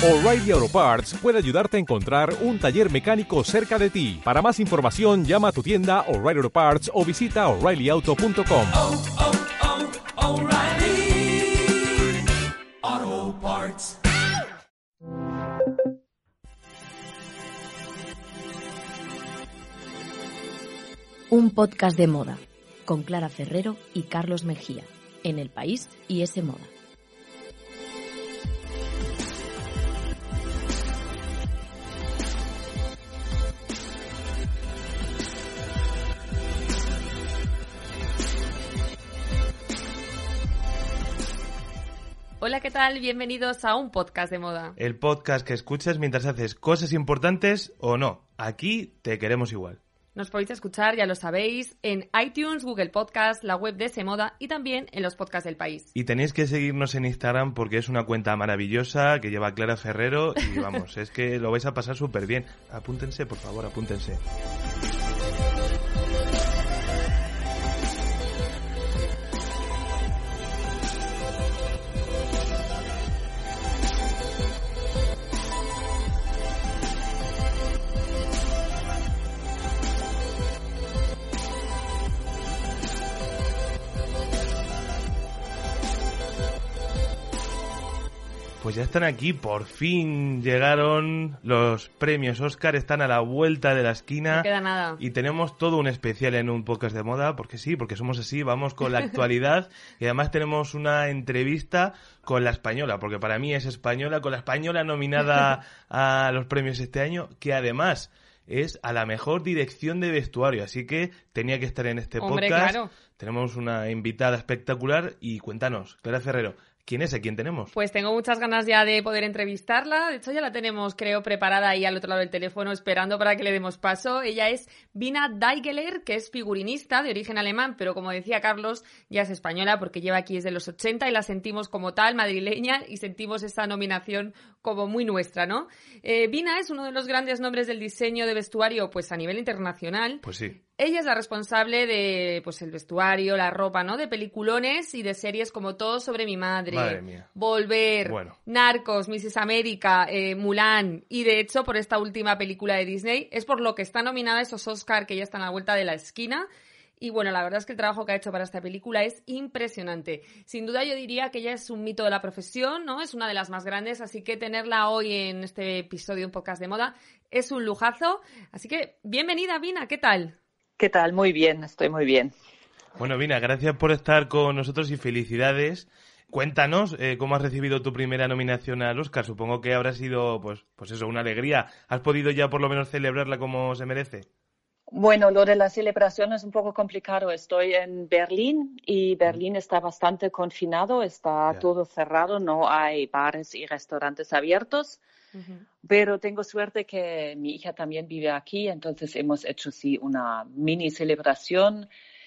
O'Reilly Auto Parts puede ayudarte a encontrar un taller mecánico cerca de ti. Para más información, llama a tu tienda O'Reilly Auto Parts o visita O'ReillyAuto.com. O'Reilly Auto Parts. Un podcast de moda, con Clara Ferrero y Carlos Mejía, en El País y S Moda. Hola, ¿qué tal? Bienvenidos a un podcast de moda. El podcast que escuchas mientras haces cosas importantes o no. Aquí te queremos igual. Nos podéis escuchar, ya lo sabéis, en iTunes, Google Podcast, la web de S Moda y también en los podcasts del país. Y tenéis que seguirnos en Instagram porque es una cuenta maravillosa que lleva Clara Ferrero y vamos, es que lo vais a pasar súper bien. Apúntense, por favor, apúntense. Pues ya están aquí, por fin llegaron los premios Oscar, están a la vuelta de la esquina. No queda nada. Y tenemos todo un especial en un podcast de moda, porque sí, porque somos así, vamos con la actualidad. Y además tenemos una entrevista con la española, porque para mí es española, con la española nominada a los premios este año, que además es a la mejor dirección de vestuario, así que tenía que estar en este Hombre, podcast. claro. Tenemos una invitada espectacular y cuéntanos, Clara Ferrero, ¿quién es? ¿A quién tenemos? Pues tengo muchas ganas ya de poder entrevistarla. De hecho, ya la tenemos, creo, preparada ahí al otro lado del teléfono, esperando para que le demos paso. Ella es Vina Daigeler, que es figurinista de origen alemán, pero como decía Carlos, ya es española porque lleva aquí desde los 80 y la sentimos como tal, madrileña, y sentimos esta nominación como muy nuestra, ¿no? Vina es uno de los grandes nombres del diseño de vestuario, pues a nivel internacional. Pues sí. Ella es la responsable de, pues, el vestuario, la ropa, ¿no? De peliculones y de series como Todo sobre mi madre, Madre mía. Volver, Bueno. Narcos, Mrs. América, Mulan. Y de hecho, por esta última película de Disney, es por lo que está nominada a esos Oscar que ya están a la vuelta de la esquina. Y bueno, la verdad es que el trabajo que ha hecho para esta película es impresionante. Sin duda yo diría que ella es un mito de la profesión, ¿no? Es una de las más grandes, así que tenerla hoy en este episodio de un podcast de moda es un lujazo. Así que bienvenida, Vina, ¿qué tal? ¿Qué tal? Muy bien, estoy muy bien. Bueno, Vina, gracias por estar con nosotros y felicidades. Cuéntanos cómo has recibido tu primera nominación al Oscar. Supongo que habrá sido, pues eso, una alegría. ¿Has podido ya por lo menos celebrarla como se merece? Bueno, lo de la celebración es un poco complicado. Estoy en Berlín y Berlín está bastante confinado, está todo cerrado, no hay bares y restaurantes abiertos. Uh-huh. Pero tengo suerte que mi hija también vive aquí, entonces hemos hecho sí una mini celebración.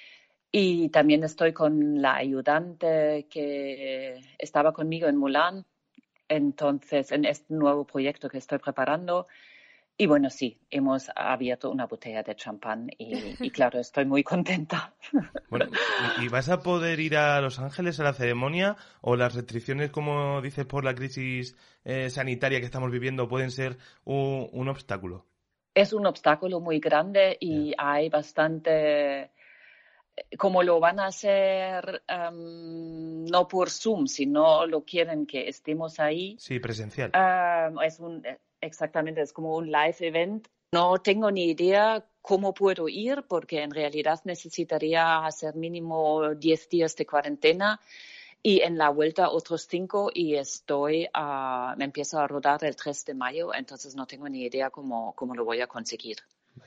Y también estoy con la ayudante que estaba conmigo en Mulan, entonces en este nuevo proyecto que estoy preparando. Y bueno, sí, hemos abierto una botella de champán y claro, estoy muy contenta. Bueno, ¿y vas a poder ir a Los Ángeles a la ceremonia o las restricciones, como dices, por la crisis sanitaria que estamos viviendo pueden ser un obstáculo? Es un obstáculo muy grande y hay bastante... Como lo van a hacer no por Zoom, sino lo quieren que estemos ahí. Sí, presencial. Exactamente, es como un live event. No tengo ni idea cómo puedo ir porque en realidad necesitaría hacer mínimo 10 días de cuarentena y en la vuelta otros 5 y me empiezo a rodar el 3 de mayo, entonces no tengo ni idea cómo lo voy a conseguir.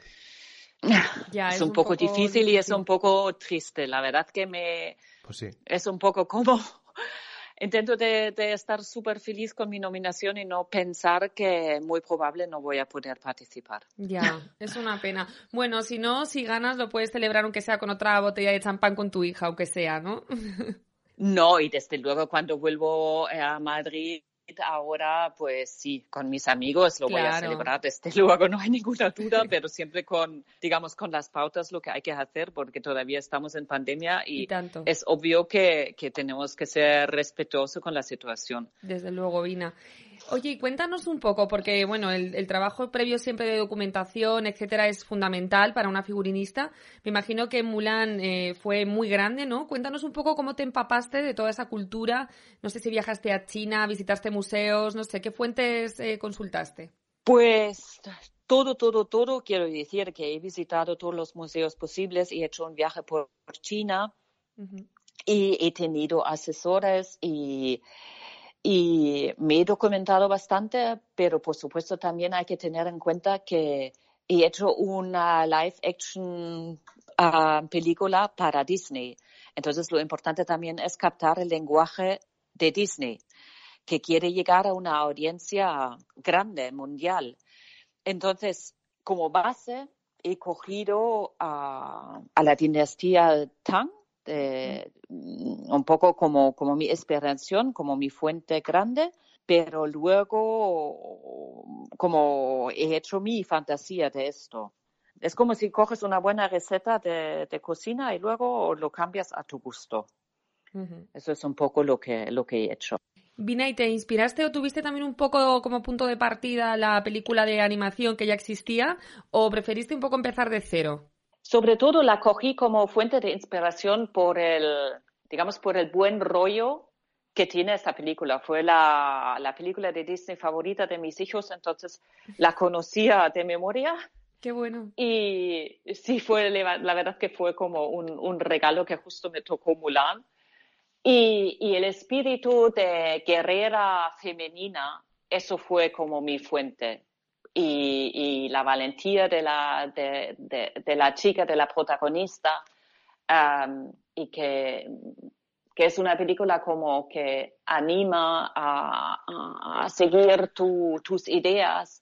Ya, es un poco difícil y es un poco triste. La verdad que Pues sí. Es un poco como... Intento de estar súper feliz con mi nominación y no pensar que muy probable no voy a poder participar. Ya, es una pena. Bueno, si ganas lo puedes celebrar aunque sea con otra botella de champán con tu hija, aunque sea, ¿no? No, y desde luego cuando vuelvo a Madrid ahora, pues sí, con mis amigos lo voy a celebrar, desde luego no hay ninguna duda, pero siempre con las pautas lo que hay que hacer, porque todavía estamos en pandemia y es obvio que tenemos que ser respetuosos con la situación. Desde luego, Vina. Oye, y cuéntanos un poco, porque bueno, el trabajo previo siempre de documentación, etcétera, es fundamental para una figurinista. Me imagino que Mulan fue muy grande, ¿no? Cuéntanos un poco cómo te empapaste de toda esa cultura. No sé si viajaste a China, visitaste museos, no sé, ¿qué fuentes consultaste? Pues todo. Quiero decir que he visitado todos los museos posibles, he hecho un viaje por China y he tenido asesores y me he documentado bastante, pero por supuesto también hay que tener en cuenta que he hecho una live action película para Disney. Entonces lo importante también es captar el lenguaje de Disney, que quiere llegar a una audiencia grande, mundial. Entonces, como base, he cogido a la dinastía Tang, un poco como mi inspiración, como mi fuente grande, pero luego como he hecho mi fantasía de esto. Es como si coges una buena receta de cocina y luego lo cambias a tu gusto. Eso es un poco lo que he hecho. Vina, ¿y te inspiraste o tuviste también un poco como punto de partida la película de animación que ya existía o preferiste un poco empezar de cero? Sobre todo la cogí como fuente de inspiración por el buen rollo que tiene esta película. Fue la película de Disney favorita de mis hijos, entonces la conocía de memoria. Qué bueno. Y sí, la verdad que fue como un regalo que justo me tocó Mulan. Y el espíritu de guerrera femenina, eso fue como mi fuente. Y la valentía de la chica, de la protagonista, y que es una película como que anima a seguir tus ideas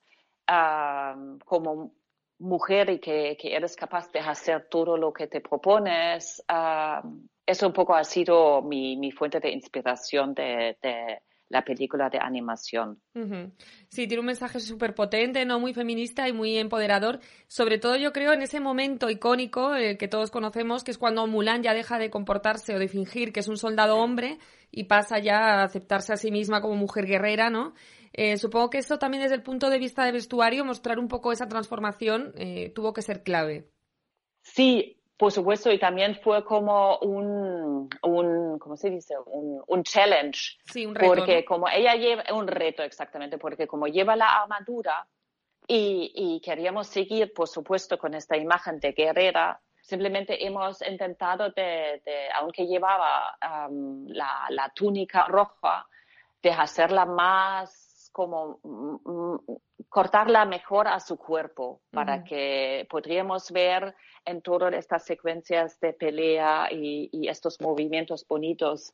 como mujer y que eres capaz de hacer todo lo que te propones. Eso un poco ha sido mi fuente de inspiración de la película de animación. Sí, tiene un mensaje súper potente, ¿no? Muy feminista y muy empoderador. Sobre todo yo creo en ese momento icónico que todos conocemos, que es cuando Mulan ya deja de comportarse o de fingir que es un soldado hombre y pasa ya a aceptarse a sí misma como mujer guerrera, ¿no? Supongo que eso también desde el punto de vista de vestuario, mostrar un poco esa transformación tuvo que ser clave. Sí, por supuesto, y también fue como ¿cómo se dice? Un challenge. Sí, un reto, porque ¿no? como ella lleva, un reto exactamente, porque como lleva la armadura y queríamos seguir, por supuesto, con esta imagen de guerrera, simplemente hemos intentado aunque llevaba la túnica roja, de hacerla más como cortarla mejor a su cuerpo para que podríamos ver en todas estas secuencias de pelea y estos movimientos bonitos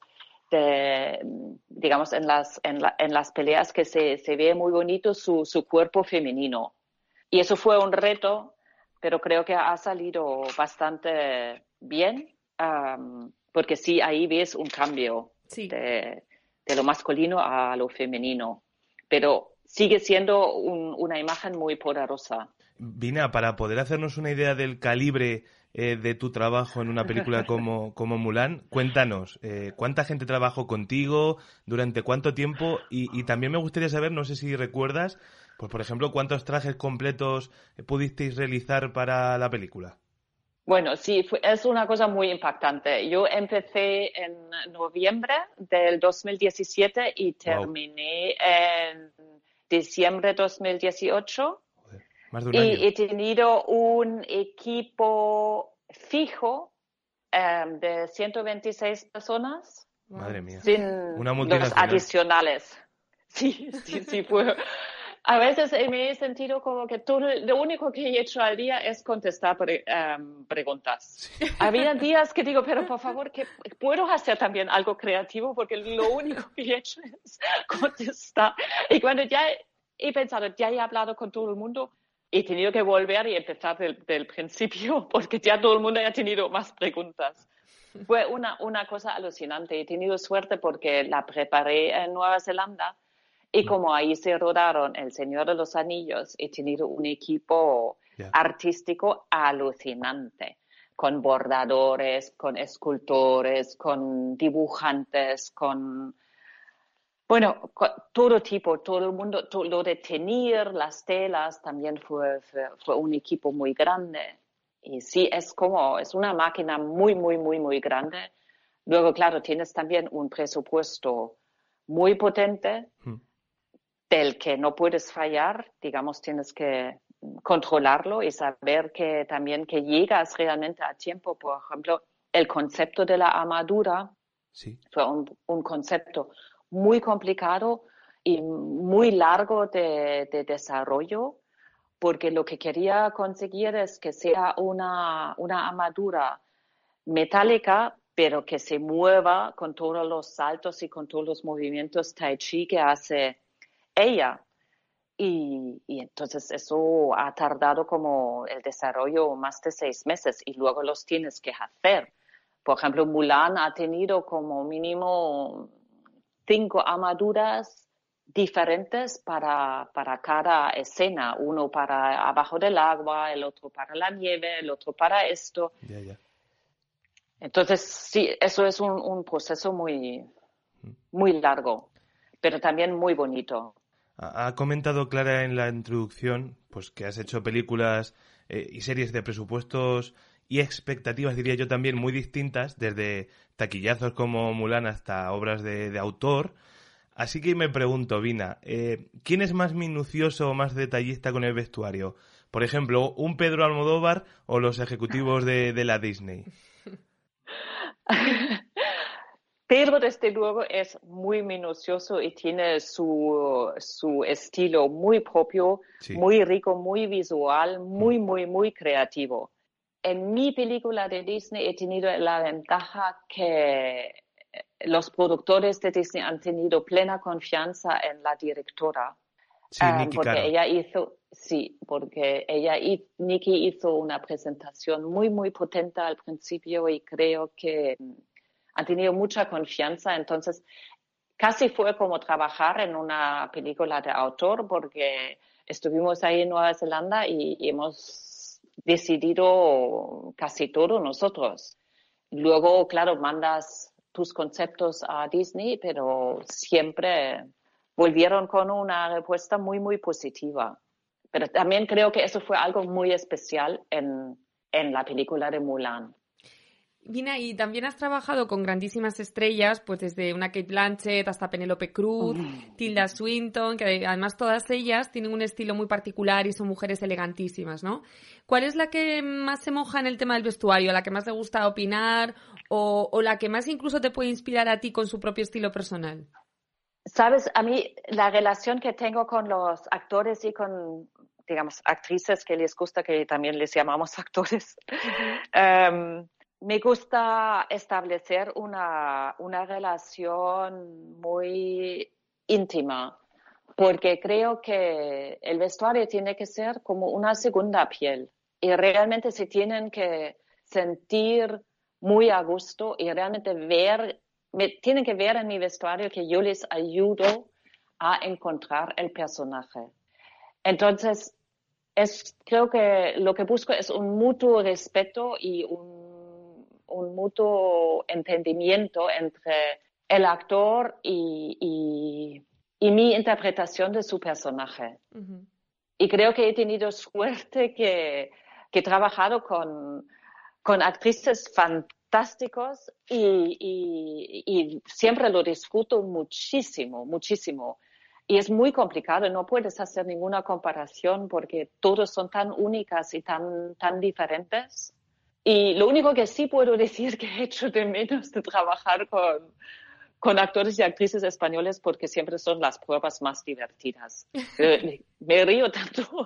digamos en las peleas que se ve muy bonito su cuerpo femenino. Y eso fue un reto, pero creo que ha salido bastante bien, porque sí, ahí ves un cambio Sí. de lo masculino a lo femenino, pero sigue siendo una imagen muy poderosa. Vina, para poder hacernos una idea del calibre de tu trabajo en una película como Mulan, cuéntanos, ¿cuánta gente trabajó contigo? ¿Durante cuánto tiempo? Y también me gustaría saber, no sé si recuerdas, pues por ejemplo, ¿cuántos trajes completos pudisteis realizar para la película? Bueno, sí, es una cosa muy impactante. Yo empecé en noviembre del 2017 y terminé en diciembre de 2018. Joder, más de un año. Y he tenido un equipo fijo de 126 personas. Madre mía. Sin Una los multinacional. adicionales. Sí, fue. A veces me he sentido como que lo único que he hecho al día es contestar preguntas. Sí. Había días que digo, pero por favor, que puedo hacer también algo creativo porque lo único que he hecho es contestar. Y cuando ya he pensado, ya he hablado con todo el mundo, he tenido que volver y empezar del principio porque ya todo el mundo ha tenido más preguntas. Fue una cosa alucinante. He tenido suerte porque la preparé en Nueva Zelanda. Y como ahí se rodaron El Señor de los Anillos, he tenido un equipo artístico alucinante, con bordadores, con escultores, con dibujantes, con Bueno, todo tipo, todo el mundo, lo de teñir las telas también fue un equipo muy grande. Y sí, es una máquina muy, muy, muy, muy grande. Luego, claro, tienes también un presupuesto muy potente del que no puedes fallar. Digamos, tienes que controlarlo y saber que también que llegas realmente a tiempo. Por ejemplo, el concepto de la armadura fue un concepto muy complicado y muy largo de desarrollo, porque lo que quería conseguir es que sea una armadura metálica, pero que se mueva con todos los saltos y con todos los movimientos tai chi que hace ella. Y entonces eso ha tardado como el desarrollo más de 6 meses y luego los tienes que hacer. Por ejemplo, Mulan ha tenido como mínimo 5 armaduras diferentes para cada escena. Uno para abajo del agua, el otro para la nieve, el otro para esto. Entonces, sí, eso es un proceso muy, muy largo, pero también muy bonito. Ha comentado Clara en la introducción pues que has hecho películas y series de presupuestos y expectativas, diría yo también, muy distintas, desde taquillazos como Mulan hasta obras de autor. Así que me pregunto, Vina, ¿quién es más minucioso o más detallista con el vestuario? Por ejemplo, ¿un Pedro Almodóvar o los ejecutivos de la Disney? Pedro, desde luego, es muy minucioso y tiene su estilo muy propio, muy rico, muy visual, muy, muy, muy creativo. En mi película de Disney he tenido la ventaja que los productores de Disney han tenido plena confianza en la directora. Sí, Nikki Caro. Porque Nikki hizo una presentación muy, muy potente al principio y creo que han tenido mucha confianza. Entonces, casi fue como trabajar en una película de autor porque estuvimos ahí en Nueva Zelanda y hemos decidido casi todo nosotros. Luego, claro, mandas tus conceptos a Disney, pero siempre volvieron con una respuesta muy, muy positiva. Pero también creo que eso fue algo muy especial en la película de Mulan. Vina, y también has trabajado con grandísimas estrellas, pues desde una Cate Blanchett hasta Penélope Cruz, Tilda Swinton, que además todas ellas tienen un estilo muy particular y son mujeres elegantísimas, ¿no? ¿Cuál es la que más se moja en el tema del vestuario, la que más te gusta opinar o la que más incluso te puede inspirar a ti con su propio estilo personal? Sabes, a mí la relación que tengo con los actores y con, digamos, actrices que les gusta, que también les llamamos actores, me gusta establecer una relación muy íntima, porque creo que el vestuario tiene que ser como una segunda piel y realmente se tienen que sentir muy a gusto y realmente tienen que ver en mi vestuario que yo les ayudo a encontrar el personaje. Entonces, creo que lo que busco es un mutuo respeto y un mutuo entendimiento entre el actor y mi interpretación de su personaje. Uh-huh. Y creo que he tenido suerte que he trabajado con actrices fantásticos y siempre lo disfruto muchísimo, muchísimo. Y es muy complicado, no puedes hacer ninguna comparación porque todos son tan únicas y tan diferentes. Y lo único que sí puedo decir que he hecho de menos de trabajar con actores y actrices españoles porque siempre son las pruebas más divertidas. Me río tanto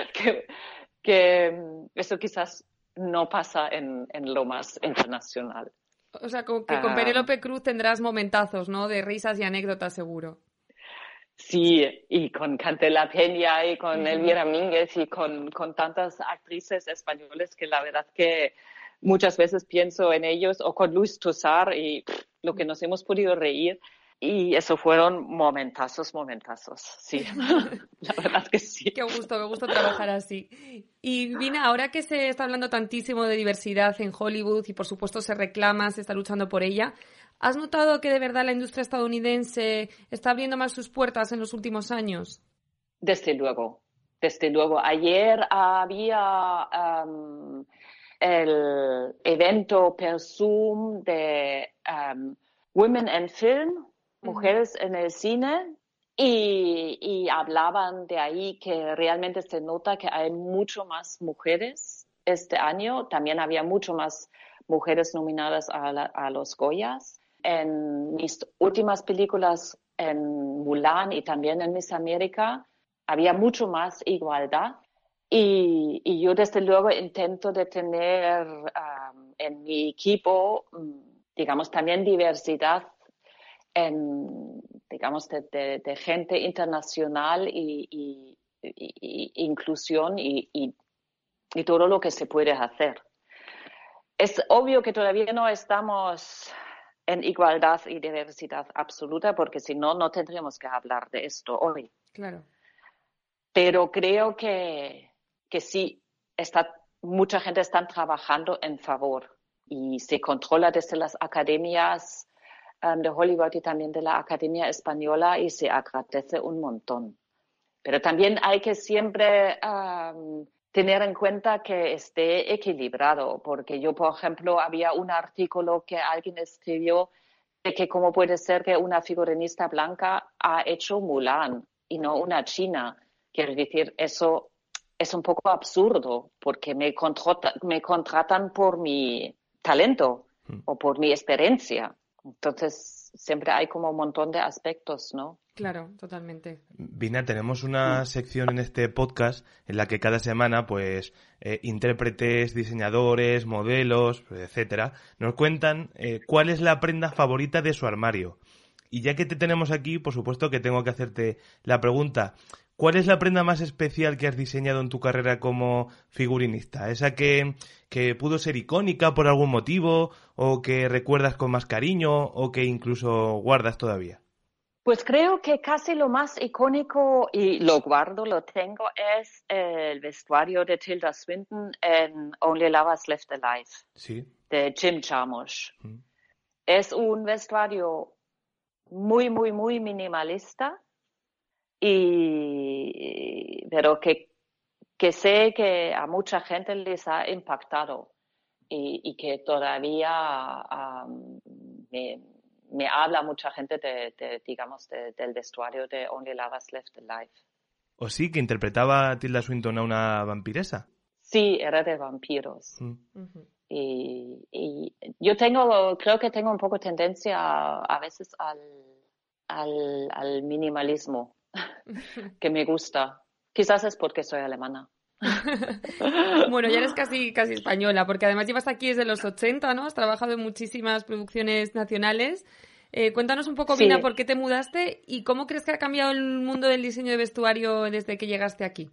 que eso quizás no pasa en lo más internacional. O sea, como que con Penélope Cruz tendrás momentazos, ¿no? De risas y anécdotas, seguro. Sí, y con Candela Peña y con Elvira Mínguez y con tantas actrices españoles que la verdad que muchas veces pienso en ellos, o con Luis Tosar y lo que nos hemos podido reír. Y eso fueron momentazos, sí. La verdad que sí. Qué gusto, me gusta trabajar así. Y Vina, ahora que se está hablando tantísimo de diversidad en Hollywood y por supuesto se reclama, se está luchando por ella, ¿Has notado que de verdad la industria estadounidense está abriendo más sus puertas en los últimos años? Desde luego. Ayer había el evento per Zoom de Women in Film, mujeres en el cine, y hablaban de ahí que realmente se nota que hay mucho más mujeres este año. También había mucho más mujeres nominadas a los Goyas. En mis últimas películas, en Mulan y también en Miss América, había mucho más igualdad. Y yo desde luego intento de tener en mi equipo, digamos, también diversidad digamos, de gente internacional y inclusión y todo lo que se puede hacer. Es obvio que todavía no estamos en igualdad y diversidad absoluta, porque si no, no tendríamos que hablar de esto hoy. Claro. Pero creo que sí, mucha gente está trabajando en favor y se controla desde las academias de Hollywood y también de la Academia Española y se agradece un montón. Pero también hay que siempre tener en cuenta que esté equilibrado, porque yo, por ejemplo, había un artículo que alguien escribió de que cómo puede ser que una figurinista blanca ha hecho Mulan y no una china. Quiero decir, eso es un poco absurdo, porque me contratan por mi talento o por mi experiencia. Entonces, siempre hay como un montón de aspectos, ¿no? Claro, totalmente. Vina, tenemos una sección en este podcast en la que cada semana, pues, intérpretes, diseñadores, modelos, etcétera, nos cuentan cuál es la prenda favorita de su armario. Y ya que te tenemos aquí, por supuesto que tengo que hacerte la pregunta: ¿cuál es la prenda más especial que has diseñado en tu carrera como figurinista? ¿Esa que pudo ser icónica por algún motivo, o que recuerdas con más cariño, o que incluso guardas todavía? Pues creo que casi lo más icónico, y lo tengo, es el vestuario de Tilda Swinton en Only Lovers Left Alive, Sí. de Jim Jarmusch. Es un vestuario muy, muy, muy minimalista, pero que sé que a mucha gente les ha impactado y que todavía me habla mucha gente del vestuario de Only Lovers Left Alive. ¿O sí, que interpretaba Tilda Swinton a una vampiresa? Sí, era de vampiros. Y yo creo que tengo un poco tendencia a veces al minimalismo, que me gusta. Quizás es porque soy alemana. Bueno, ya eres casi española, porque además llevas aquí desde los 80, ¿no? Has trabajado en muchísimas producciones nacionales. Cuéntanos un poco, Vina, ¿por qué te mudaste y cómo crees que ha cambiado el mundo del diseño de vestuario desde que llegaste aquí?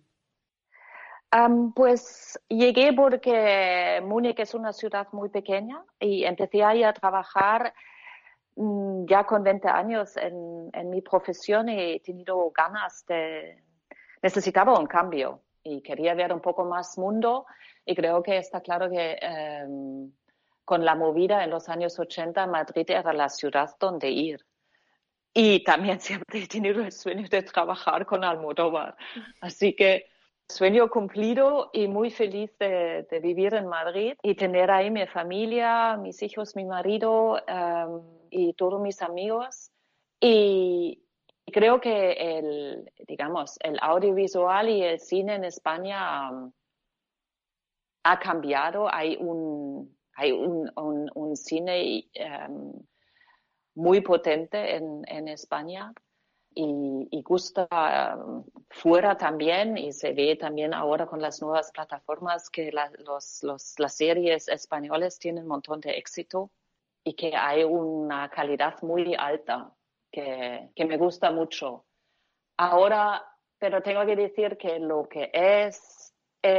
Pues llegué porque Múnich es una ciudad muy pequeña y empecé ahí a trabajar ya con 20 años en mi profesión, y he tenido ganas necesitaba un cambio y quería ver un poco más mundo, y creo que está claro que con la movida en los años 80 Madrid era la ciudad donde ir. Y también siempre he tenido el sueño de trabajar con Almodóvar. Así que sueño cumplido y muy feliz de vivir en Madrid y tener ahí mi familia, mis hijos, mi marido y todos mis amigos. Y creo que el audiovisual y el cine en España ha cambiado. Hay un cine muy potente en España. Y gusta fuera también, y se ve también ahora con las nuevas plataformas que las series españolas tienen un montón de éxito y que hay una calidad muy alta que me gusta mucho. Ahora, pero tengo que decir que lo que es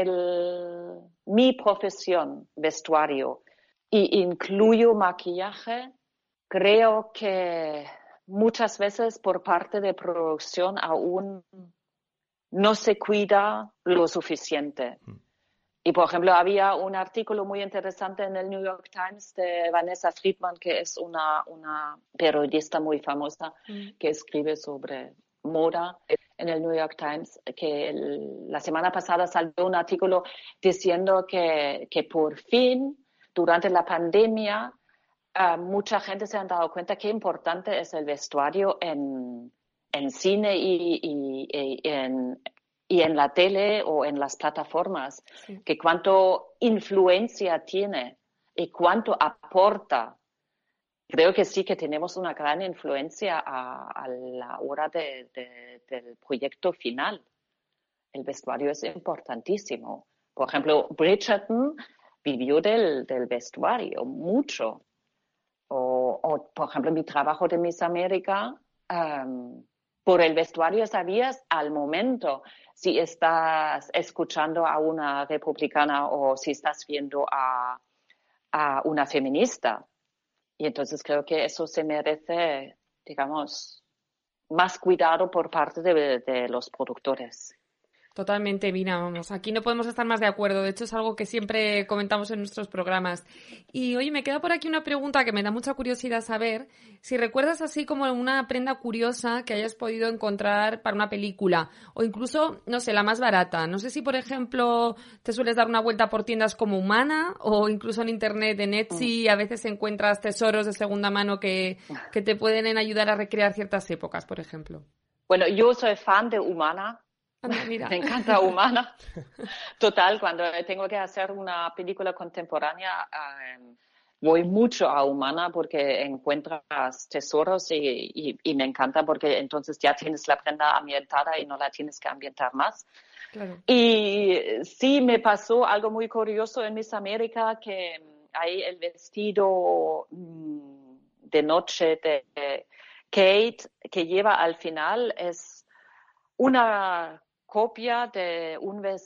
mi profesión, vestuario, y incluyo maquillaje, creo que muchas veces por parte de producción aún no se cuida lo suficiente. Y, por ejemplo, había un artículo muy interesante en el New York Times de Vanessa Friedman, que es una periodista muy famosa que escribe sobre moda en el New York Times, que la semana pasada salió un artículo diciendo que por fin, durante la pandemia, mucha gente se han dado cuenta qué importante es el vestuario en cine y en la tele o en las plataformas, sí. Que cuánto influencia tiene y cuánto aporta. Creo que sí que tenemos una gran influencia a la hora del proyecto final. El vestuario es importantísimo. Por ejemplo, Bridgerton vivió del vestuario mucho. O, por ejemplo, mi trabajo de Miss América, por el vestuario sabías al momento si estás escuchando a una republicana o si estás viendo a una feminista. Y entonces creo que eso se merece, digamos, más cuidado por parte de los productores. Totalmente, Vina, vamos. Aquí no podemos estar más de acuerdo. De hecho, es algo que siempre comentamos en nuestros programas. Y, oye, me queda por aquí una pregunta que me da mucha curiosidad saber. Si recuerdas así como una prenda curiosa que hayas podido encontrar para una película. O incluso, no sé, la más barata. No sé si, por ejemplo, te sueles dar una vuelta por tiendas como Humana o incluso en Internet, en Etsy, a veces encuentras tesoros de segunda mano que te pueden ayudar a recrear ciertas épocas, por ejemplo. Bueno, yo soy fan de Humana. Mira. Me encanta Humana. Total, cuando tengo que hacer una película contemporánea, voy mucho a Humana porque encuentras tesoros y me encanta porque entonces ya tienes la prenda ambientada y no la tienes que ambientar más. Claro. Y sí, me pasó algo muy curioso en Miss América, que hay el vestido de noche de Kate que lleva al final, es una copia de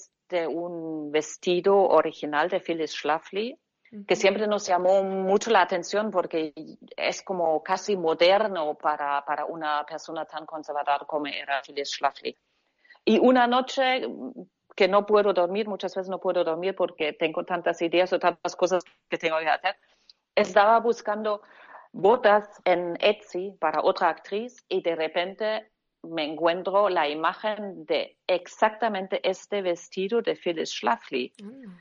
un vestido original de Phyllis Schlafly, que siempre nos llamó mucho la atención porque es como casi moderno para una persona tan conservadora como era Phyllis Schlafly. Y una noche que no puedo dormir, muchas veces no puedo dormir porque tengo tantas ideas o tantas cosas que tengo que hacer, estaba buscando botas en Etsy para otra actriz y de repente me encuentro la imagen de exactamente este vestido de Phyllis Schlafly.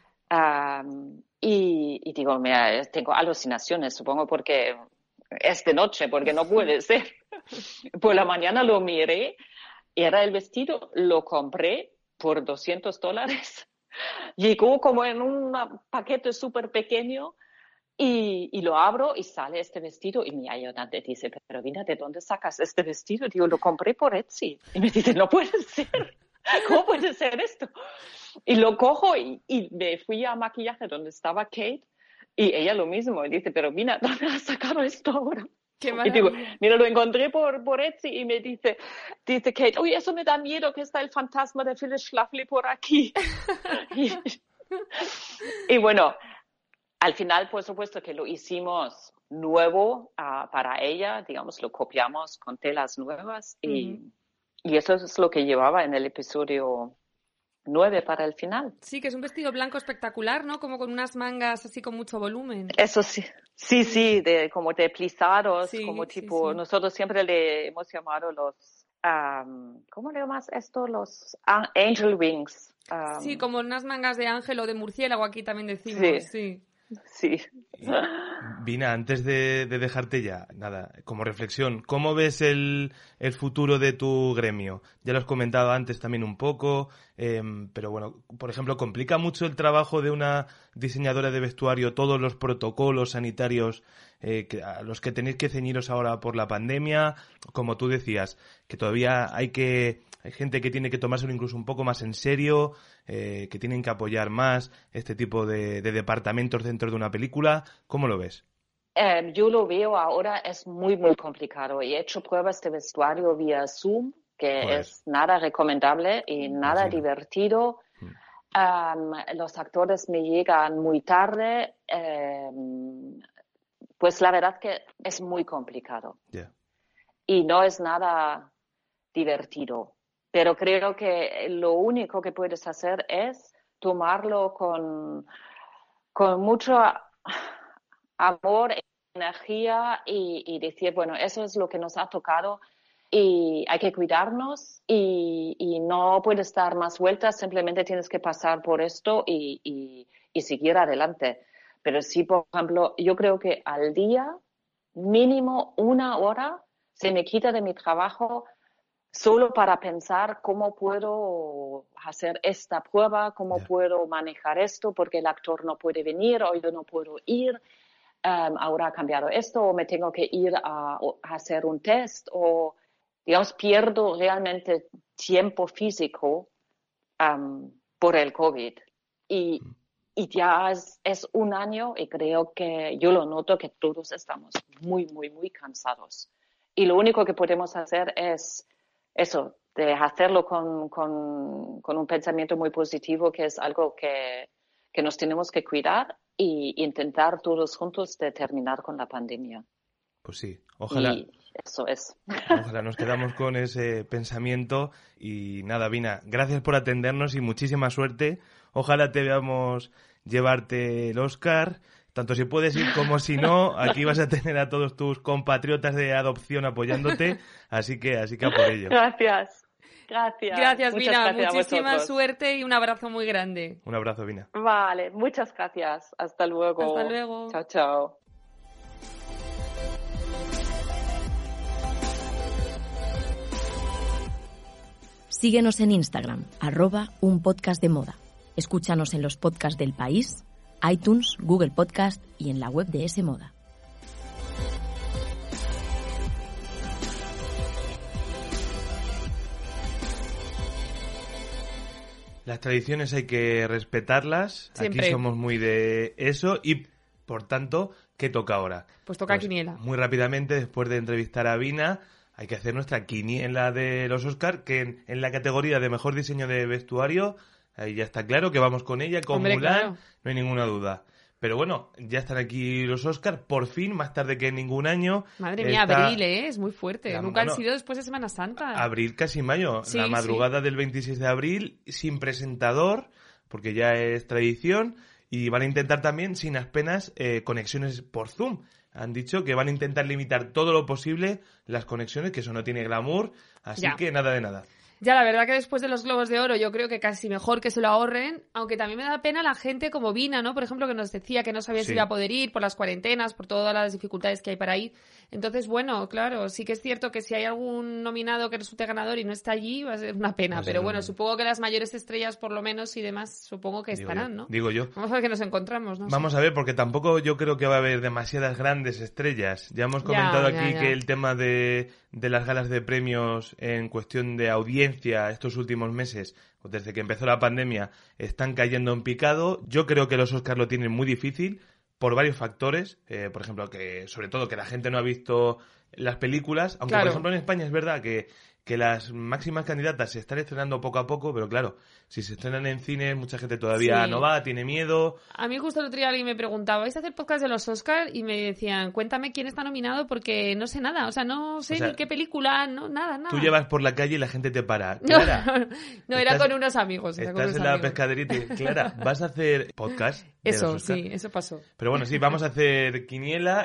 Y digo, mira, tengo alucinaciones, supongo, porque es de noche, porque no puede ser. Por la mañana lo miré, era el vestido, lo compré por $200. Llegó como en un paquete súper pequeño. Y lo abro y sale este vestido y mi ayudante dice, pero Vina, ¿de dónde sacas este vestido? Digo, lo compré por Etsy. Y me dice, no puede ser. ¿Cómo puede ser esto? Y lo cojo y me fui a maquillaje donde estaba Kate y ella lo mismo. Y dice, pero Vina, ¿dónde has sacado esto ahora? Qué y digo, mira, lo encontré por Etsy y me dice Kate, uy, eso me da miedo que está el fantasma de Phyllis Schlafly por aquí. y bueno, al final, por supuesto que lo hicimos nuevo para ella, digamos, lo copiamos con telas nuevas y eso es lo que llevaba en el episodio 9 para el final. Sí, que es un vestido blanco espectacular, ¿no? Como con unas mangas así con mucho volumen. Eso sí, sí, como de plisados, sí, como tipo, sí. Nosotros siempre le hemos llamado los, ¿cómo le llamas esto? Los angel wings. Sí, como unas mangas de ángel o de murciélago, aquí también decimos, sí. Sí. Vina, antes de dejarte ya, nada, como reflexión, ¿cómo ves el futuro de tu gremio? Ya lo has comentado antes también un poco, pero bueno, por ejemplo, ¿complica mucho el trabajo de una diseñadora de vestuario todos los protocolos sanitarios a los que tenéis que ceñiros ahora por la pandemia? Como tú decías, que todavía hay gente que tiene que tomárselo incluso un poco más en serio, que tienen que apoyar más este tipo de departamentos dentro de una película. ¿Cómo lo ves? Yo lo veo ahora, es muy, muy complicado. He hecho pruebas de vestuario vía Zoom, que es nada recomendable y nada divertido. Los actores me llegan muy tarde. Pues la verdad que es muy complicado. Yeah. Y no es nada divertido. Pero creo que lo único que puedes hacer es tomarlo con mucho amor, energía y decir, bueno, eso es lo que nos ha tocado y hay que cuidarnos y no puedes dar más vueltas, simplemente tienes que pasar por esto y seguir adelante. Pero sí, por ejemplo, yo creo que al día, mínimo 1 hora, se me quita de mi trabajo solo para pensar cómo puedo hacer esta prueba, cómo puedo manejar esto, porque el actor no puede venir o yo no puedo ir, ahora ha cambiado esto, o me tengo que ir a hacer un test, o, digamos, pierdo realmente tiempo físico por el COVID. Y ya es 1 año y creo que yo lo noto que todos estamos muy, muy, muy cansados. Y lo único que podemos hacer es eso, de hacerlo con un pensamiento muy positivo, que es algo que nos tenemos que cuidar e intentar todos juntos de terminar con la pandemia. Pues sí, ojalá. Y eso es. Ojalá nos quedamos con ese pensamiento. Y nada, Vina, gracias por atendernos y muchísima suerte. Ojalá te veamos llevarte el Oscar. Tanto si puedes ir como si no, aquí vas a tener a todos tus compatriotas de adopción apoyándote, así que a por ello. Gracias. Gracias, Vina. gracias Muchísima suerte y un abrazo muy grande. Un abrazo, Vina. Vale, muchas gracias. Hasta luego. Hasta luego. Chao, chao. Síguenos en Instagram, @unpodcastdemoda. Escúchanos en los podcasts del País, iTunes, Google Podcast y en la web de S Moda. Las tradiciones hay que respetarlas. Siempre. Aquí somos muy de eso y, por tanto, ¿qué toca ahora? Pues toca quiniela. Muy rápidamente, después de entrevistar a Vina, hay que hacer nuestra quiniela de los Oscar, que en la categoría de mejor diseño de vestuario, ahí ya está claro que vamos con ella, con Hombre, Mulan, claro. no hay ninguna duda. Pero bueno, ya están aquí los Oscar, por fin, más tarde que en ningún año. Madre mía, abril, es muy fuerte. Nunca han bueno, sido después de Semana Santa. Abril, casi mayo. Sí, la madrugada del 26 de abril, sin presentador, porque ya es tradición. Y van a intentar también, sin apenas conexiones por Zoom. Han dicho que van a intentar limitar todo lo posible las conexiones, que eso no tiene glamour. Así Ya. que nada de nada. Ya, la verdad que después de los Globos de Oro yo creo que casi mejor que se lo ahorren, aunque también me da pena la gente como Vina, ¿no? Por ejemplo, que nos decía que no sabía si Sí. iba a poder ir por las cuarentenas, por todas las dificultades que hay para ir. Entonces, bueno, claro, sí que es cierto que si hay algún nominado que resulte ganador y no está allí, va a ser una pena. Va a ser Pero un- bueno, supongo que las mayores estrellas, por lo menos, y demás, supongo que Digo estarán, yo, ¿no? Digo yo. Vamos a ver que nos encontramos, ¿no? Vamos a ver, porque tampoco yo creo que va a haber demasiadas grandes estrellas. Ya hemos Ya, comentado ya, aquí ya. que el tema de las galas de premios en cuestión de audiencia estos últimos meses, pues desde que empezó la pandemia, están cayendo en picado. Yo creo que los Oscars lo tienen muy difícil por varios factores. Por ejemplo, que sobre todo que la gente no ha visto las películas, aunque Claro. por ejemplo en España es verdad que las máximas candidatas se están estrenando poco a poco, pero claro, si se estrenan en cines, mucha gente todavía Sí. no va, tiene miedo. A mí justo el otro día alguien me preguntaba, ¿vais a hacer podcast de los Oscar? Y me decían, cuéntame quién está nominado porque no sé nada. O sea, no sé O sea, ni qué película, no, nada. Tú llevas por la calle y la gente te para. No, Clara, no, era estás- con unos amigos. Era con estás unos en la amigos. pescaderita y Clara, ¿vas a hacer podcast? de Eso, los Oscar? sí, eso pasó. Pero bueno, sí, vamos a hacer quiniela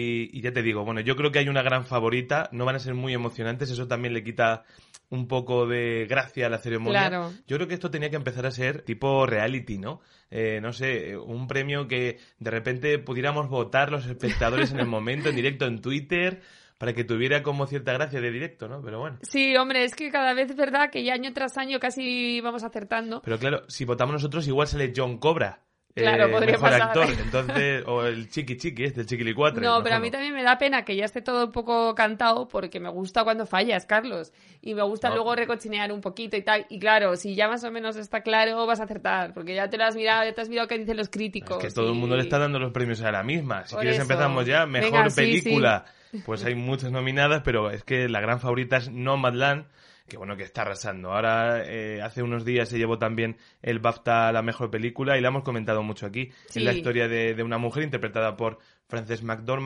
y ya te digo, bueno, yo creo que hay una gran favorita, no van a ser muy emocionantes, eso también le quita un poco de gracia a la ceremonia. Claro. Yo creo que esto tenía que empezar a ser tipo reality, ¿no? No sé, un premio que de repente pudiéramos votar los espectadores en el momento, en directo en Twitter, para que tuviera como cierta gracia de directo, ¿no? Pero bueno. Sí, hombre, es que cada vez es verdad que ya año tras año casi vamos acertando. Pero claro, si votamos nosotros, igual sale John Cobra. Claro, podría mejor pasar. actor, entonces, o el Chiqui, el Chiquilicuatre. No, pero a mejor mí no. también me da pena que ya esté todo un poco cantado porque me gusta cuando fallas, Carlos. Y me gusta No. luego recochinear un poquito y tal. Y claro, si ya más o menos está claro, vas a acertar. Porque ya te lo has mirado, ya te has mirado qué dicen los críticos. Es que todo el mundo y- le está dando los premios a la misma. Si Por quieres eso. empezamos ya. Mejor Venga, sí, película. Pues hay muchas nominadas, pero es que la gran favorita es Nomadland, que bueno, que está arrasando. Ahora, hace unos días se llevó también el BAFTA a la mejor película y la hemos comentado mucho aquí. Sí. Es la historia de una mujer interpretada por Frances McDormand,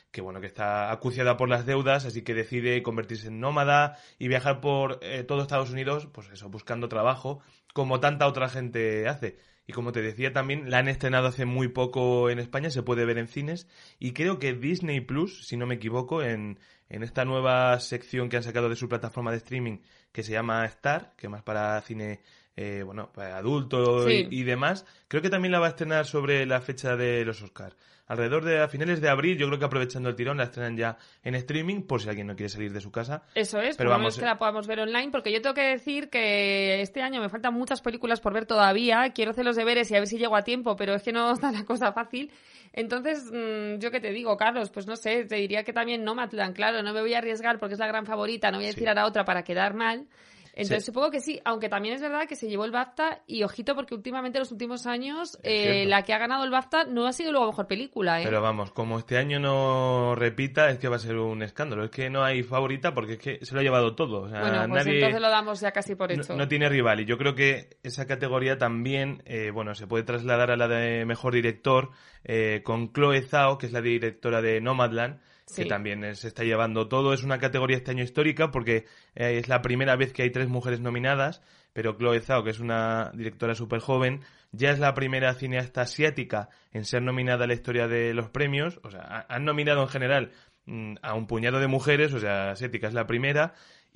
que bueno, que está acuciada por las deudas, así que decide convertirse en nómada y viajar por todo Estados Unidos, pues eso, buscando trabajo, como tanta otra gente hace. Y como te decía también, la han estrenado hace muy poco en España, se puede ver en cines, y creo que Disney Plus, si no me equivoco, en esta nueva sección que han sacado de su plataforma de streaming, que se llama Star, que más para cine para adultos Sí. y demás, creo que también la va a estrenar sobre la fecha de los Oscar. Alrededor de a finales de abril, yo creo que aprovechando el tirón, la estrenan ya en streaming, por si alguien no quiere salir de su casa. Eso es, Pero por lo vamos, menos que la podamos ver online, porque yo tengo que decir que este año me faltan muchas películas por ver todavía, quiero hacer los deberes y a ver si llego a tiempo, pero es que no está la cosa fácil. Entonces, yo qué te digo, Carlos, pues no sé, te diría que también Nomadland, claro, no me voy a arriesgar porque es la gran favorita, no voy a decir ahora otra para quedar mal. Entonces supongo que sí, aunque también es verdad que se llevó el BAFTA y ojito porque últimamente en los últimos años la que ha ganado el BAFTA no ha sido luego mejor película, ¿eh? Pero vamos, como este año no repita, es que va a ser un escándalo. Es que no hay favorita porque es que se lo ha llevado todo. O sea, Bueno, pues nadie, entonces lo damos ya casi por hecho. no tiene rival. Y yo creo que esa categoría también, se puede trasladar a la de mejor director con Chloe Zhao, que es la directora de Nomadland, Sí. que también se está llevando todo. Es una categoría este año histórica porque es la primera vez que hay 3 mujeres nominadas, pero Chloe Zhao, que es una directora súper joven, ya es la primera cineasta asiática en ser nominada a la historia de los premios. O sea, han nominado en general a un puñado de mujeres, o sea, asiática es la primera,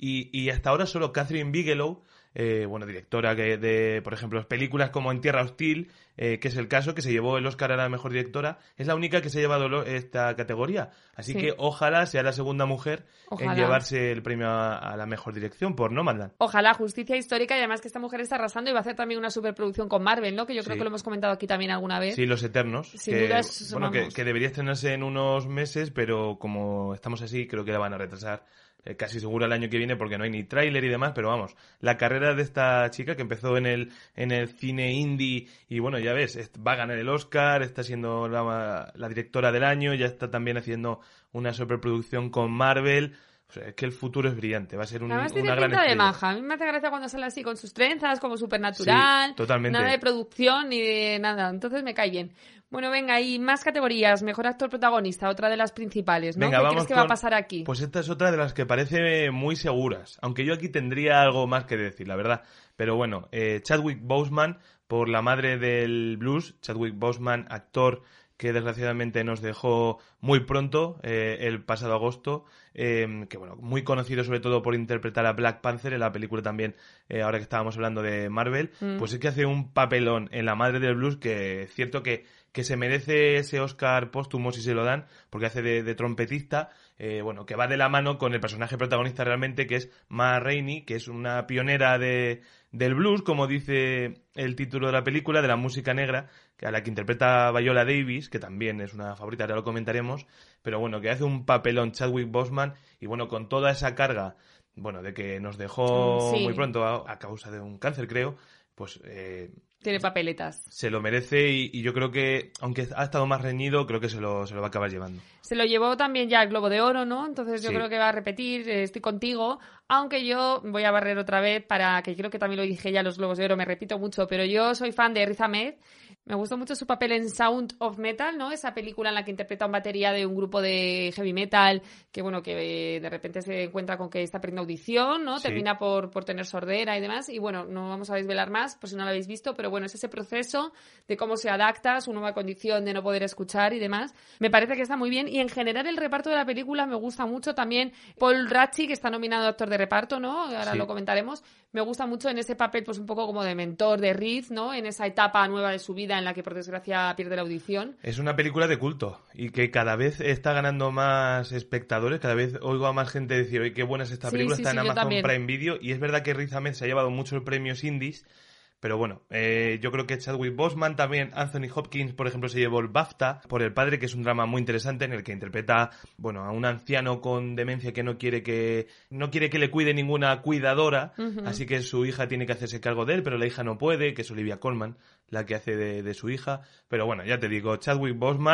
y hasta ahora solo Catherine Bigelow, directora de, por ejemplo, películas como En Tierra Hostil, que es el caso, que se llevó el Oscar a la mejor directora, es la única que se ha llevado esta categoría. Así Sí. que ojalá sea la segunda mujer Ojalá. en llevarse el premio a la mejor dirección por Nomadland. Ojalá, justicia histórica, y además que esta mujer está arrasando y va a hacer también una superproducción con Marvel, ¿no? Que yo creo Sí. que lo hemos comentado aquí también alguna vez. Sí, Los Eternos. Sin que, duda es- vamos. que debería estrenarse en unos meses, pero como estamos así, creo que la van a retrasar casi seguro el año que viene porque no hay ni tráiler y demás, pero vamos, la carrera de esta chica que empezó en el cine indie y bueno, ya ves, va a ganar el Oscar, está siendo la directora del año, ya está también haciendo una superproducción con Marvel. O sea, es que el futuro es brillante, va a ser Además una tiene gran pinta de estrella. maja. A mí me hace gracia cuando sale así con sus trenzas, como supernatural. Sí, totalmente. Nada de producción ni de nada. Entonces me cae bien. Bueno, venga, y más categorías. Mejor actor protagonista, otra de las principales, ¿no? Venga, ¿Qué vamos crees que va a con- pasar aquí? Pues esta es otra de las que parece muy seguras, aunque yo aquí tendría algo más que decir, la verdad. Pero bueno, Chadwick Boseman por La madre del blues. Chadwick Boseman, actor que desgraciadamente nos dejó muy pronto, el pasado agosto, que bueno, muy conocido sobre todo por interpretar a Black Panther en la película también, ahora que estábamos hablando de Marvel, pues es que hace un papelón en La madre del blues que es cierto que se merece ese Oscar póstumo si se lo dan, porque hace de trompetista, que va de la mano con el personaje protagonista realmente, que es Ma Rainey, que es una pionera del blues, como dice el título de la película, de la música negra, a la que interpreta Viola Davis, que también es una favorita, ahora lo comentaremos, pero bueno, que hace un papelón Chadwick Boseman, y bueno, con toda esa carga, de que nos dejó Sí. muy pronto a causa de un cáncer, creo, pues Tiene papeletas. se lo merece y yo creo que, aunque ha estado más reñido, creo que se lo va a acabar llevando. Se lo llevó también ya el Globo de Oro, ¿no? Entonces yo Sí. creo que va a repetir, estoy contigo, aunque yo voy a barrer otra vez para que creo que también lo dije ya los Globos de Oro, me repito mucho, pero yo soy fan de Riz Ahmed. Me gustó mucho su papel en Sound of Metal, ¿no? Esa película en la que interpreta un batería de un grupo de heavy metal que de repente se encuentra con que está perdiendo audición, ¿no? Sí. Termina por tener sordera y demás. Y bueno, no vamos a desvelar más por si no lo habéis visto, pero bueno, es ese proceso de cómo se adapta a su nueva condición de no poder escuchar y demás. Me parece que está muy bien. Y en general el reparto de la película me gusta mucho. También Paul Raci, que está nominado a actor de reparto, ¿no? Ahora Sí. lo comentaremos. Me gusta mucho en ese papel, pues un poco como de mentor de Riz, ¿no? En esa etapa nueva de su vida en la que por desgracia pierde la audición. Es una película de culto y que cada vez está ganando más espectadores, cada vez oigo a más gente decir, oye, qué buena es esta Sí, película, sí, está sí, en yo Amazon también. Prime Video, y es verdad que Riz Ahmed se ha llevado muchos premios indies, pero bueno, yo creo que Chadwick Boseman, también Anthony Hopkins, por ejemplo, se llevó el BAFTA por El padre, que es un drama muy interesante en el que interpreta, a un anciano con demencia que no quiere que le cuide ninguna cuidadora, así que su hija tiene que hacerse cargo de él, pero la hija no puede, que es Olivia Colman la que hace de su hija, pero bueno, ya te digo, Chadwick Boseman,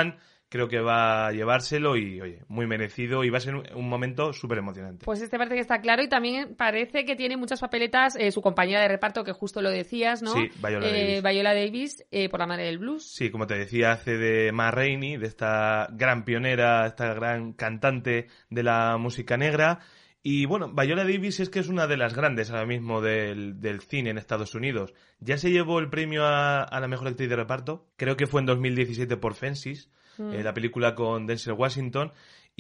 creo que va a llevárselo y, oye, muy merecido y va a ser un momento súper emocionante. Pues parece que está claro y también parece que tiene muchas papeletas su compañera de reparto, que justo lo decías, ¿no? Sí, Viola Davis. Viola Davis, por la madre del blues. Sí, como te decía, hace de Ma Rainey, de esta gran pionera, esta gran cantante de la música negra. Y bueno, Viola Davis es que es una de las grandes ahora mismo del cine en Estados Unidos. Ya se llevó el premio a la mejor actriz de reparto, creo que fue en 2017 por Fences, la película con Denzel Washington,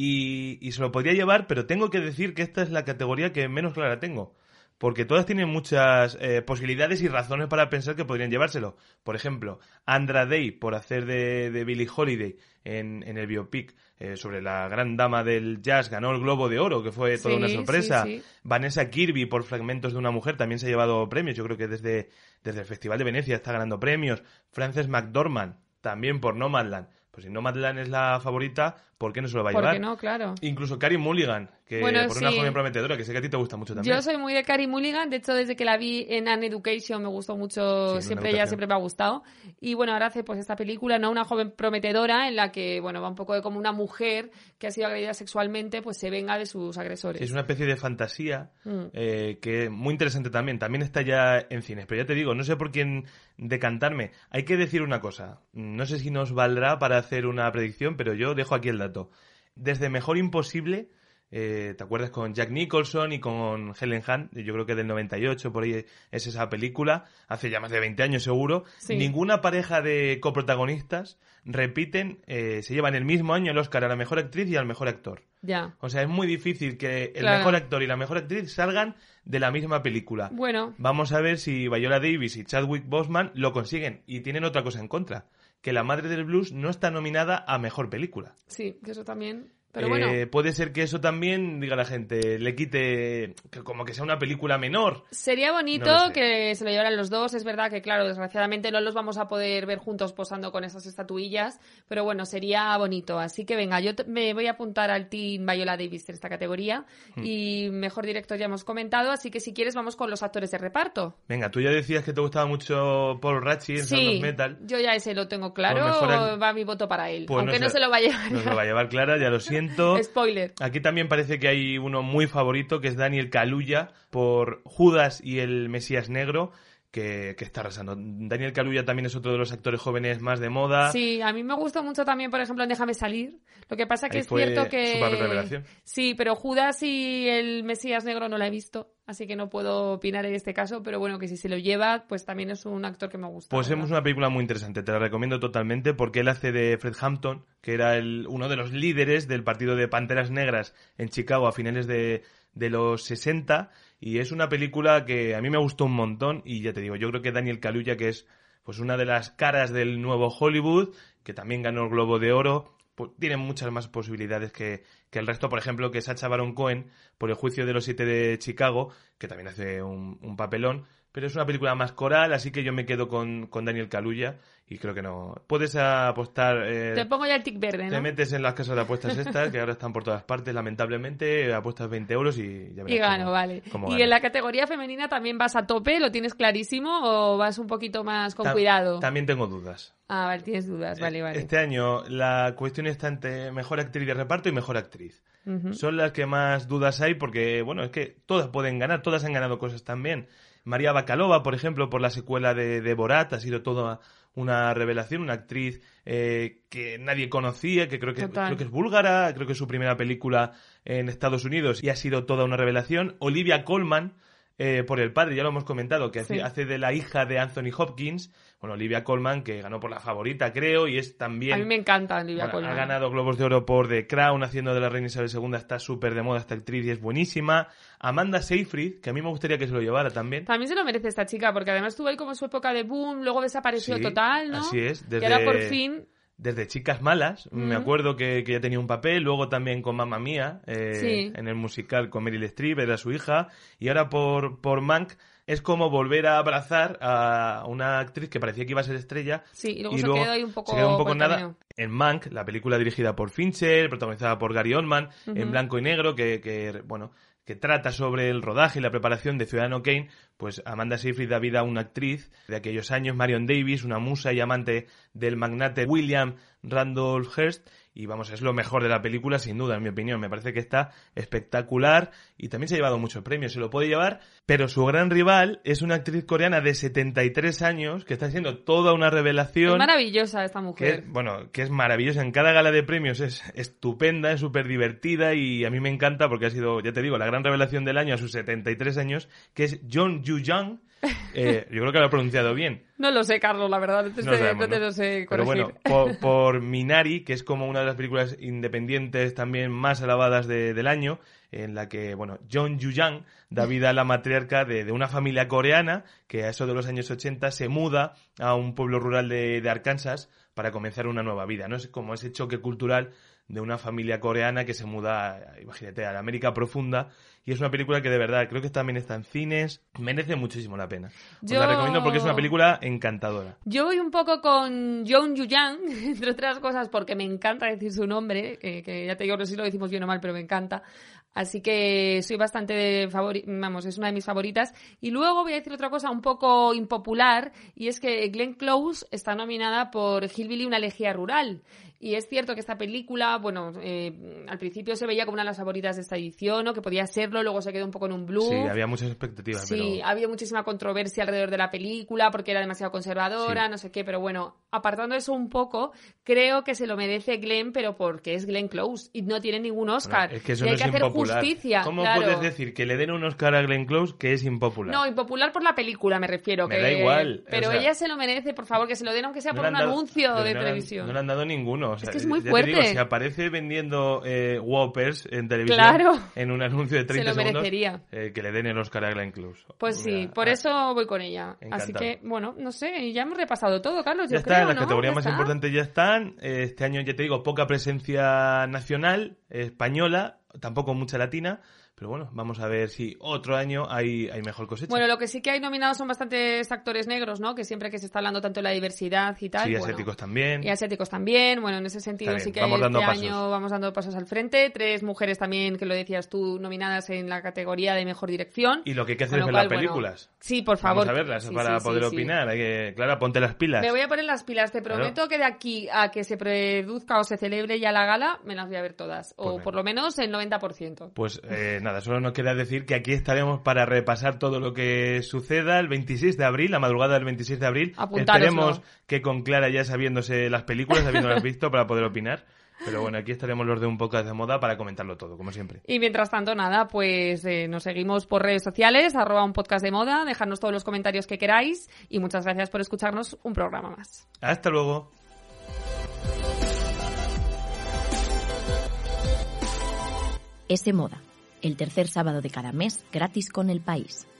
y se lo podría llevar, pero tengo que decir que esta es la categoría que menos clara tengo. Porque todas tienen muchas posibilidades y razones para pensar que podrían llevárselo. Por ejemplo, Andra Day, por hacer de Billie Holiday en el biopic sobre la gran dama del jazz, ganó el Globo de Oro, que fue toda una sorpresa. Sí. Vanessa Kirby, por Fragmentos de una mujer, también se ha llevado premios. Yo creo que desde el Festival de Venecia está ganando premios. Frances McDormand, también por Nomadland. Pues si Nomadland es la favorita, ¿por qué no se lo va a llevar? ¿Por qué no? Claro. Incluso Carey Mulligan, que Bueno, por una joven prometedora, que sé que a ti te gusta mucho también. Yo soy muy de Carey Mulligan, de hecho desde que la vi en An Education me gustó mucho, Sí, ella siempre me ha gustado. Y bueno, ahora hace pues esta película, ¿no? Una joven prometedora en la que, bueno, va un poco de como una mujer que ha sido agredida sexualmente, pues se venga de sus agresores. Es una especie de fantasía que es muy interesante también. También está ya en cines. Pero ya te digo, no sé por quién decantarme. Hay que decir una cosa. No sé si nos valdrá para hacer una predicción, pero yo dejo aquí el dato. Desde Mejor Imposible, ¿te acuerdas? Con Jack Nicholson y con Helen Hunt, yo creo que del 98, por ahí es esa película, hace ya más de 20 años seguro. Sí. Ninguna pareja de coprotagonistas repiten, se llevan el mismo año el Oscar a la mejor actriz y al mejor actor. Ya. O sea, es muy difícil que el Claro. mejor actor y la mejor actriz salgan de la misma película. Bueno. Vamos a ver si Viola Davis y Chadwick Boseman lo consiguen. Y tienen otra cosa en contra, que La Madre del Blues no está nominada a mejor película. Sí, que eso también. Pero bueno. Puede ser que eso también, diga la gente, le quite, que como que sea una película menor. Sería bonito No lo sé. que se lo llevaran los dos. Es verdad que, claro, desgraciadamente no los vamos a poder ver juntos posando con esas estatuillas, pero bueno, sería bonito. Así que venga, yo me voy a apuntar al team Viola Davis en esta categoría y mejor director ya hemos comentado, así que si quieres vamos con los actores de reparto. Venga, tú ya decías que te gustaba mucho Paul Ratchie en Sound of Metal. Yo ya ese lo tengo claro, Pues mejor va mi voto para él, Pues aunque no se lo va a llevar. No se lo va a llevar Clara, ya lo siento. Spoiler. Aquí también parece que hay uno muy favorito, que es Daniel Kaluuya, por Judas y el Mesías Negro, que está arrasando. Daniel Kaluuya también es otro de los actores jóvenes más de moda. Sí, a mí me gustó mucho también, por ejemplo, en Déjame salir. Lo que pasa que Ahí es fue cierto que... su papel revelación. Sí, pero Judas y el Mesías Negro no la he visto, así que no puedo opinar en este caso, pero bueno, que si se lo lleva, pues también es un actor que me gusta. Pues ¿verdad? es una película muy interesante, te la recomiendo totalmente, porque él hace de Fred Hampton, que era uno de los líderes del partido de Panteras Negras en Chicago a finales de los 60, y es una película que a mí me gustó un montón, y ya te digo, yo creo que Daniel Kaluuya, que es pues una de las caras del nuevo Hollywood, que también ganó el Globo de Oro, pues tiene muchas más posibilidades que el resto. Por ejemplo, que Sacha Baron Cohen por El juicio de los 7 de Chicago, que también hace un papelón, pero es una película más coral, así que yo me quedo con Daniel Kaluuya y creo que no. Puedes apostar... Te pongo ya el tic verde, ¿no? Te metes en las casas de apuestas estas, que ahora están por todas partes, lamentablemente, apuestas 20 euros y ya verás. Y gano, vale. Y en la categoría femenina también vas a tope, ¿lo tienes clarísimo o vas un poquito más con cuidado? También tengo dudas. Ah, vale, tienes dudas, vale. Este año la cuestión está entre mejor actriz de reparto y mejor actriz. Son las que más dudas hay porque, bueno, es que todas pueden ganar, todas han ganado cosas también. María Bakalova, por ejemplo, por la secuela de Borat, ha sido toda una revelación, una actriz que nadie conocía, que creo que es búlgara, creo que es su primera película en Estados Unidos y ha sido toda una revelación. Olivia Colman, por El padre, ya lo hemos comentado, que hace de la hija de Anthony Hopkins. Bueno, Olivia Colman, que ganó por La favorita, creo, y es también... A mí me encanta Olivia Colman. Ha ganado Globos de Oro por The Crown, haciendo de la reina Isabel II, está súper de moda esta actriz y es buenísima. Amanda Seyfried, que a mí me gustaría que se lo llevara también. También se lo merece esta chica, porque además tuvo ahí como su época de boom, luego desapareció total, ¿no? Así es. Y ahora por fin... Desde Chicas Malas, me acuerdo que ya tenía un papel, luego también con Mamma Mía, en el musical con Meryl Streep, era su hija, y ahora por Mank es como volver a abrazar a una actriz que parecía que iba a ser estrella. Sí, y luego se quedó ahí un poco... Se quedó un poco en nada. En Mank, la película dirigida por Fincher, protagonizada por Gary Oldman, en blanco y negro, que trata sobre el rodaje y la preparación de Ciudadano Kane, pues Amanda Seyfried da vida a una actriz de aquellos años, Marion Davies, una musa y amante del magnate William Randolph Hearst. Y vamos, es lo mejor de la película, sin duda, en mi opinión. Me parece que está espectacular y también se ha llevado muchos premios, se lo puede llevar. Pero su gran rival es una actriz coreana de 73 años que está haciendo toda una revelación. Es maravillosa esta mujer. Que es maravillosa. En cada gala de premios es estupenda, es súper divertida y a mí me encanta porque ha sido, ya te digo, la gran revelación del año a sus 73 años, que es Jeon Yoo-jang. Yo creo que lo he pronunciado bien. No lo sé, Carlos, la verdad. No te lo sé corregir. Pero bueno, por Minari, que es como una de las películas independientes también más alabadas del año, en la que, bueno, Jeon Yoo-jang da vida a la matriarca de una familia coreana que a eso de los años 80 se muda a un pueblo rural de Arkansas para comenzar una nueva vida, ¿no? Es como ese choque cultural de una familia coreana que se muda, imagínate, a la América profunda. Y es una película que de verdad creo que también está en cines, merece muchísimo la pena. Os la recomiendo porque es una película encantadora. Yo voy un poco con Jeon Yoo-jang, entre otras cosas porque me encanta decir su nombre, que ya te digo, no sé si lo decimos bien o mal, pero me encanta. Así que soy bastante es una de mis favoritas. Y luego voy a decir otra cosa un poco impopular, y es que Glenn Close está nominada por Hillbilly, una elegía rural. Y es cierto que esta película, bueno, al principio se veía como una de las favoritas de esta edición, o que podía serlo, luego se quedó un poco en un bluff. Sí, había muchas expectativas. Sí, pero... había muchísima controversia alrededor de la película, porque era demasiado conservadora, sí. No sé qué, pero bueno, apartando eso un poco, creo que se lo merece Glenn, pero porque es Glenn Close, y no tiene ningún Oscar. Bueno, es que eso y no hay es que hacer impopular. justicia. ¿Cómo claro. puedes decir que le den un Oscar a Glenn Close que es impopular? No, impopular por la película me refiero. Me da igual. Pero o sea, ella se lo merece, por favor, que se lo den aunque sea por un anuncio de televisión. No le han dado ninguno. O sea, es que es muy ya fuerte. Te digo, si aparece vendiendo Whoppers en televisión, claro. en un anuncio de 30 se lo merecería. segundos, que le den el Oscar a Glenn Close. Pues sí, por eso voy con ella. Encantado. Así que, bueno, no sé, ya hemos repasado todo, Carlos. Ya yo está, creo, las ¿no? categorías ¿Ya más está? importantes ya están. Este año, ya te digo, poca presencia nacional, española, tampoco mucha latina. Pero bueno, vamos a ver si otro año hay mejor cosecha. Bueno, lo que sí que hay nominados son bastantes actores negros, ¿no? Que siempre que se está hablando tanto de la diversidad y tal. Sí, bueno, asiáticos también. Y asiáticos también. Bueno, en ese sentido sí que vamos dando este pasos. año vamos dando pasos al frente. 3 mujeres también, que lo decías tú, nominadas en la categoría de mejor dirección. Y lo que hay que hacer es Con ver lo las cual, películas. Bueno, sí, por favor. Vamos a verlas Sí, para sí, poder sí, opinar. Hay que, Clara, ponte las pilas. Me voy a poner las pilas. Te prometo que de aquí a que se produzca o se celebre ya la gala, me las voy a ver todas. Pues o por lo menos el 90%. Pues nada, solo nos queda decir que aquí estaremos para repasar todo lo que suceda el 26 de abril, la madrugada del 26 de abril. Apuntároslo. Esperemos que con Clara ya sabiéndose las películas, habiéndolas visto, para poder opinar. Pero bueno, aquí estaremos los de Un Podcast de Moda para comentarlo todo, como siempre. Y mientras tanto, nada, pues nos seguimos por redes sociales, @Un Podcast de Moda, dejadnos todos los comentarios que queráis y muchas gracias por escucharnos un programa más. Hasta luego. Moda, el tercer sábado de cada mes gratis con El País.